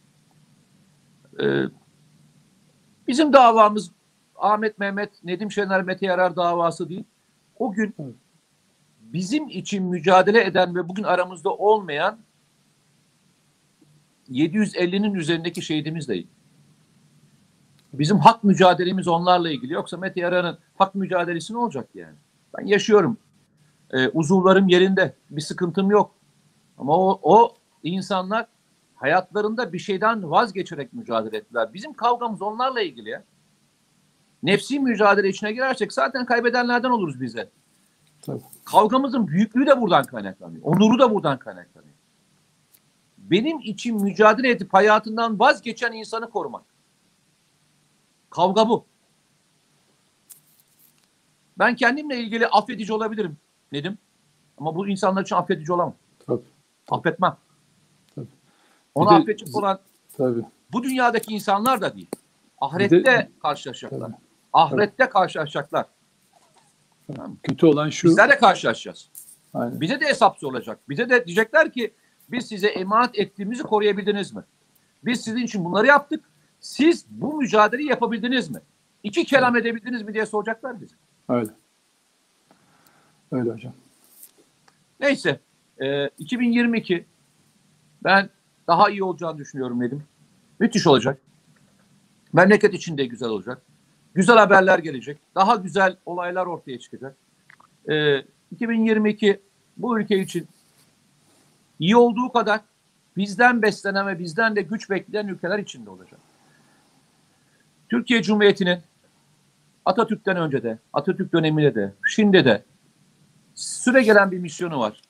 E, bizim davamız Ahmet Mehmet, Nedim Şener, Mete Yarar davası değil. O gün bizim için mücadele eden ve bugün aramızda olmayan yedi yüz ellinin üzerindeki şehidimiz değil. Bizim hak mücadelemiz onlarla ilgili. Yoksa Mete Yarar'ın hak mücadelesi ne olacak yani? Ben yaşıyorum. Ee, uzuvlarım yerinde. Bir sıkıntım yok. Ama o, o insanlar hayatlarında bir şeyden vazgeçerek mücadele ettiler. Bizim kavgamız onlarla ilgili ya. Nefsi mücadele içine girersek zaten kaybedenlerden oluruz bize. Tabii. Kavgamızın büyüklüğü de buradan kaynaklanıyor. Onuru da buradan kaynaklanıyor. Benim için mücadele edip hayatından vazgeçen insanı korumak. Kavga bu. Ben kendimle ilgili affedici olabilirim Nedim. Ama bu insanlar için affedici olamam. Tabii. Affetmem. Tabii. Onu de- affedecek olan Tabii. bu dünyadaki insanlar da değil. Ahirette Bir de- karşılaşacaklar. Tabii. Ahirette karşılaşacaklar. Kötü olan şu. Bizler de karşılaşacağız. Aynen. Bize de hesap sorulacak. Bize de diyecekler ki biz size emanet ettiğimizi koruyabildiniz mi? Biz sizin için bunları yaptık. Siz bu mücadeleyi yapabildiniz mi? İki kelam edebildiniz mi diye soracaklar bize. Öyle. Öyle hocam. Neyse. E, iki bin yirmi iki ben daha iyi olacağını düşünüyorum Nedim. Müthiş olacak. Memleket için de güzel olacak. Güzel haberler gelecek. Daha güzel olaylar ortaya çıkacak. E, iki bin yirmi iki bu ülke için iyi olduğu kadar bizden beslenen ve bizden de güç bekleyen ülkeler içinde olacak. Türkiye Cumhuriyeti'nin Atatürk'ten önce de, Atatürk döneminde de, şimdi de süre gelen bir misyonu var.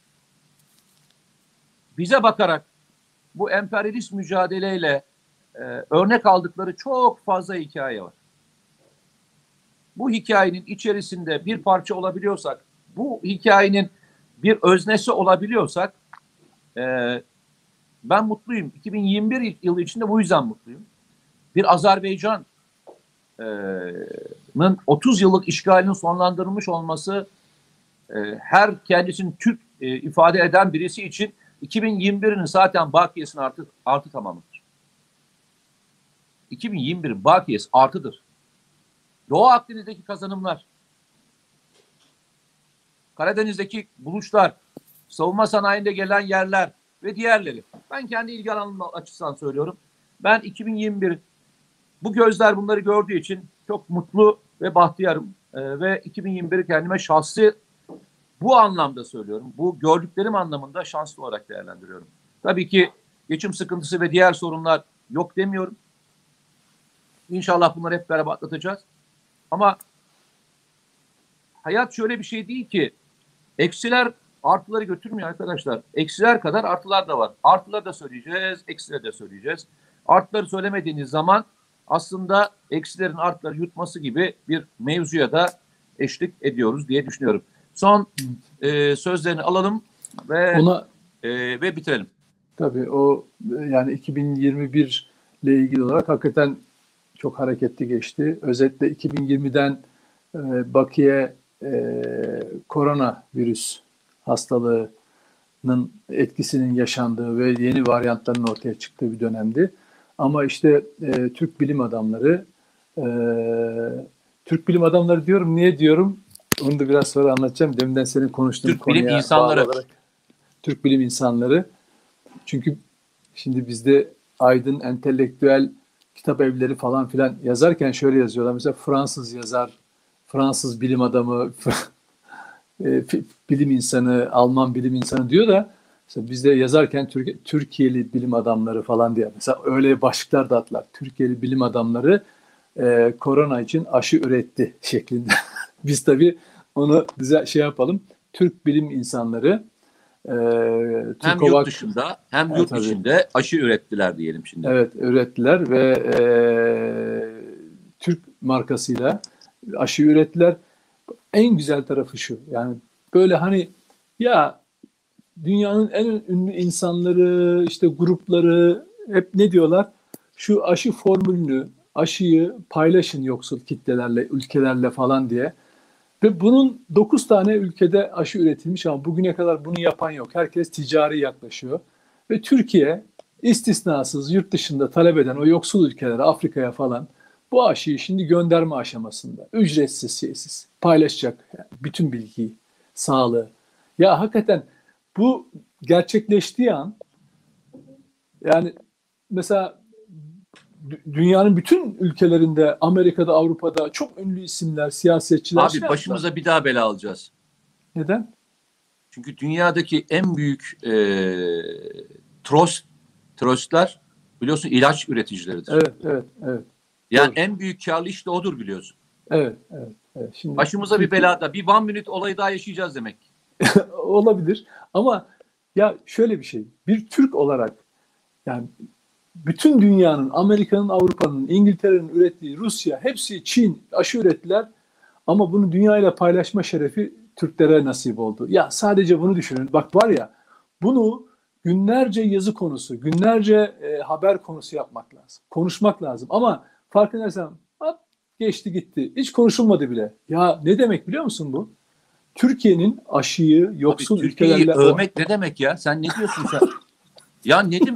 Bize bakarak bu emperyalist mücadeleyle e, örnek aldıkları çok fazla hikaye var. Bu hikayenin içerisinde bir parça olabiliyorsak, bu hikayenin bir öznesi olabiliyorsak e, ben mutluyum. iki bin yirmi bir yılı içinde bu yüzden mutluyum. Bir Azerbaycan'ın otuz yıllık işgalinin sonlandırılmış olması e, her kendisini Türk e, ifade eden birisi için iki bin yirmi birin zaten bakiyesinin artı, artı tamamıdır. iki bin yirmi birin bakiyesi artıdır. Doğu Akdeniz'deki kazanımlar, Karadeniz'deki buluşlar, savunma sanayinde gelen yerler ve diğerleri. Ben kendi ilgi alanım açısından söylüyorum. Ben iki bin yirmi bir bu gözler bunları gördüğü için çok mutlu ve bahtiyarım. Ee, ve iki bin yirmi biri kendime şahsi bu anlamda söylüyorum. Bu gördüklerim anlamında şanslı olarak değerlendiriyorum. Tabii ki geçim sıkıntısı ve diğer sorunlar yok demiyorum. İnşallah bunları hep beraber atlatacağız. Ama hayat şöyle bir şey değil ki eksiler artıları götürmüyor arkadaşlar. Eksiler kadar artılar da var. Artıları da söyleyeceğiz, eksileri de söyleyeceğiz. Artıları söylemediğiniz zaman aslında eksilerin artıları yutması gibi bir mevzuya da eşlik ediyoruz diye düşünüyorum. Son e, sözlerini alalım ve Ona e, ve bitirelim. tabii o yani iki bin yirmi bir ile ilgili olarak hakikaten çok hareketli geçti. Özetle iki bin yirmiden e, bakiye e, koronavirüs hastalığının etkisinin yaşandığı ve yeni varyantların ortaya çıktığı bir dönemdi. Ama işte e, Türk bilim adamları, e, Türk bilim adamları diyorum, niye diyorum? Onu da biraz sonra anlatacağım. Deminden senin konuştuğun Türk konuya bilim insanları. bağlı olarak. Türk bilim insanları. Çünkü şimdi bizde aydın, entelektüel kitap evleri falan filan yazarken şöyle yazıyorlar. Mesela Fransız yazar, Fransız bilim adamı, bilim insanı, Alman bilim insanı diyor da mesela bizde yazarken Türk, Türkiye'li bilim adamları falan diye. Mesela öyle başlıklar da attılar. Türkiye'li bilim adamları e, korona için aşı üretti şeklinde. Biz tabii onu bize şey yapalım. Türk bilim insanları e, hem Türkovak, yurt dışında hem evet, yurt tabii. içinde aşı ürettiler diyelim şimdi. Evet, ürettiler ve e, Türk markasıyla aşı ürettiler. En güzel tarafı şu. Yani böyle hani ya dünyanın en ünlü insanları, işte grupları hep ne diyorlar? Şu aşı formülünü, aşıyı paylaşın yoksul kitlelerle, ülkelerle falan diye. Ve bunun dokuz tane ülkede aşı üretilmiş ama bugüne kadar bunu yapan yok. Herkes ticari yaklaşıyor. Ve Türkiye istisnasız yurt dışında talep eden o yoksul ülkelere, Afrika'ya falan bu aşıyı şimdi gönderme aşamasında. Ücretsiz, şeysiz paylaşacak yani bütün bilgiyi, sağlığı. Ya hakikaten bu gerçekleştiği an yani mesela dünyanın bütün ülkelerinde, Amerika'da, Avrupa'da çok ünlü isimler, siyasetçiler. Abi başımıza yaptılar. Bir daha bela alacağız. Neden? Çünkü dünyadaki en büyük e, trost, trostlar biliyorsun ilaç üreticileridir. Evet, evet, evet. Yani Doğru. en büyük karlı iş de odur biliyorsun. Evet, evet. evet. Şimdi başımıza bir belada, bir one minute olayı daha yaşayacağız demek. Olabilir ama ya şöyle bir şey, bir Türk olarak yani bütün dünyanın, Amerika'nın, Avrupa'nın, İngiltere'nin ürettiği, Rusya, hepsi Çin aşı ürettiler ama bunu dünyayla paylaşma şerefi Türklere nasip oldu. Ya sadece bunu düşünün. Bak var ya bunu günlerce yazı konusu, günlerce e, haber konusu yapmak lazım. Konuşmak lazım. Ama farkındaysan hop, geçti gitti. Hiç konuşulmadı bile. Ya ne demek biliyor musun bu? Türkiye'nin aşıyı yoksul Abi, Türkiye'yi ülkelerle... övmek ne demek ya? Sen ne diyorsun sen? Ya Nedim,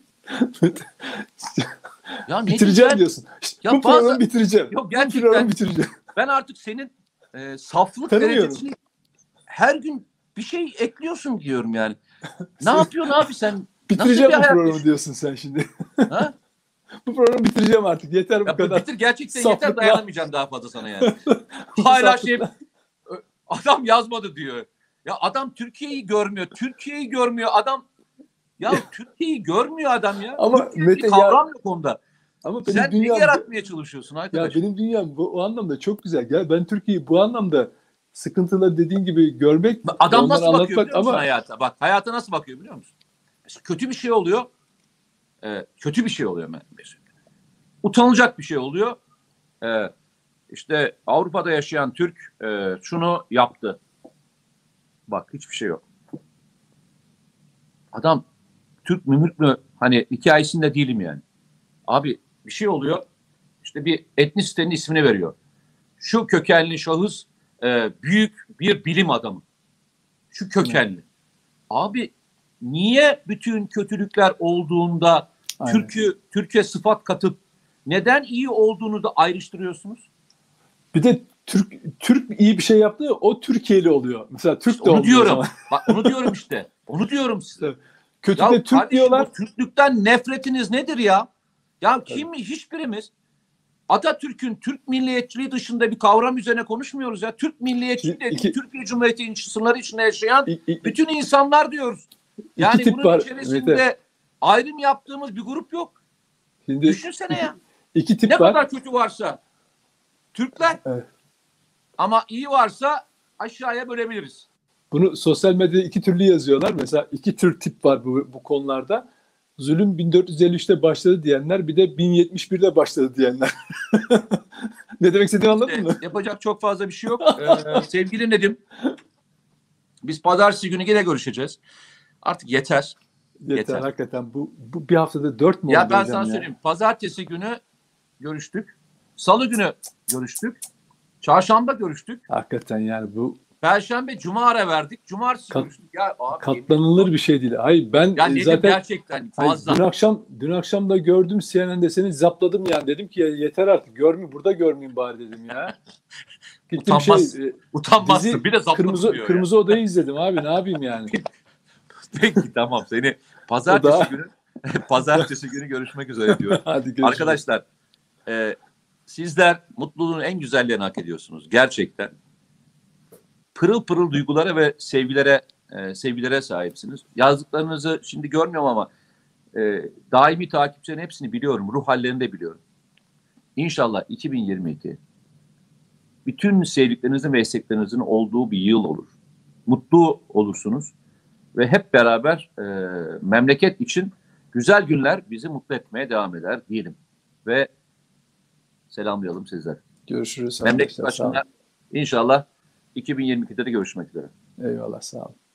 ya Nedim bitireceğim sen, diyorsun. İşte ya bu bazı- programı bitireceğim. Yok, Bu gerçekten- programı bitireceğim. ben artık senin e, saflık Tanımıyorum. derecesini her gün bir şey ekliyorsun diyorum yani. Ne yapıyorsun abi sen? Bitireceğim bir bu hayat programı yaşıyorsun? diyorsun sen şimdi. Ha? Bu programı bitireceğim artık. Yeter bu Ya kadar. bitir, gerçekten Saflıkla. yeter, dayanamayacağım daha fazla sana yani. Hala şey, Saflıkla. adam yazmadı diyor. Ya adam Türkiye'yi görmüyor. Türkiye'yi görmüyor adam. Ya Türkiye'yi görmüyor adam ya. Ama Türkiye'nin Mete bir ya- kavram yok onda. Ama benim Sen dünyam, ne yaratmaya çalışıyorsun ya arkadaş? benim dünyam bu o anlamda çok güzel. Ya ben Türkiye'yi bu anlamda sıkıntılı dediğin gibi görmek, Adam onları nasıl bakıyor biliyor musun ama hayata? Bak hayata nasıl bakıyor biliyor musun? Mesela kötü bir şey oluyor. E, kötü bir şey oluyor mesela. Utanılacak bir şey oluyor. E, işte Avrupa'da yaşayan Türk e, şunu yaptı. Bak hiçbir şey yok. Adam Türk mü Mürk mü hani hikayesinde değilim yani. Abi bir şey oluyor. İşte bir etnisitenin ismini veriyor. Şu kökenli şahıs e, büyük bir bilim adamı. Şu kökenli. Abi niye bütün kötülükler olduğunda Aynen. Türk'ü Türkiye sıfat katıp neden iyi olduğunu da ayrıştırıyorsunuz? bir de Türk Türk iyi bir şey yaptı, o Türkiye'li oluyor. Mesela Türk İşte de onu olmuyor o diyorum. zaman. Bak onu diyorum işte. Onu diyorum size. Kötü Ya de Türk kardeşim, diyorlar. bu Türklükten nefretiniz nedir ya? Ya kim hiçbirimiz Atatürk'ün Türk milliyetçiliği dışında bir kavram üzerine konuşmuyoruz ya. Türk milliyetçiliği İki- dediği iki- Türkiye Cumhuriyeti'nin sınırları içinde yaşayan İ- İ- bütün insanlar diyoruz. Yani tip bunun var, içerisinde Mete. ayrım yaptığımız bir grup yok. Şimdi Düşünsene ya. iki tip Ne var. kadar kötü varsa Türkler, Evet. ama iyi varsa aşağıya bölebiliriz. Bunu sosyal medyada iki türlü yazıyorlar. Mesela iki tür tip var bu, bu konularda. Zulüm bin dört yüz elli üçte başladı diyenler, bir de bin yetmiş birde başladı diyenler. Ne demek istediğimi anladın mı? İşte yapacak çok fazla bir şey yok. Ee, sevgili Nedim, biz pazartesi günü yine görüşeceğiz. Artık yeter. Yeter, Yeter. hakikaten. Bu, bu bir haftada dört mü Ya oldu ben hocam sana ya? söyleyeyim. Pazartesi günü görüştük. Salı günü görüştük. Çarşamba görüştük. Hakikaten yani bu Perşembe, cuma ara verdik. Cumartesi Kat- görüştük. Ya abi, katlanılır bir şey değil. Hayır ben Ya e, Nedim zaten gerçekten hayır, fazla. dün akşam dün akşam da gördüm C N N'de seni zapladım yani, dedim ki ya yeter artık, görmeyeyim burada, görmeyeyim bari dedim ya. Gittim Utanmaz. şey e, Utanmazsın. dizi Bir de zapladım Kırmızı diyor Kırmızı Oda'yı izledim abi, ne yapayım yani. ya. Peki tamam, seni pazartesi O da- günü pazartesi günü görüşmek üzere diyorum. Hadi görüşürüz. Arkadaşlar, e, sizler mutluluğun en güzellerini hak ediyorsunuz. Gerçekten. Pırıl pırıl duygulara ve sevgilere e, sevgilere sahipsiniz. Yazdıklarınızı şimdi görmüyorum ama e, daimi takipçilerin hepsini biliyorum. Ruh hallerini de biliyorum. İnşallah iki bin yirmi iki bütün sevdiklerinizin ve isteklerinizin olduğu bir yıl olur. Mutlu olursunuz ve hep beraber e, memleket için güzel günler bizi mutlu etmeye devam eder diyelim. Ve selamlayalım sizler. Görüşürüz. Memleket arkadaşlar, sağ olun. başında inşallah iki bin yirmi ikide de görüşmek üzere. Eyvallah, sağ olun.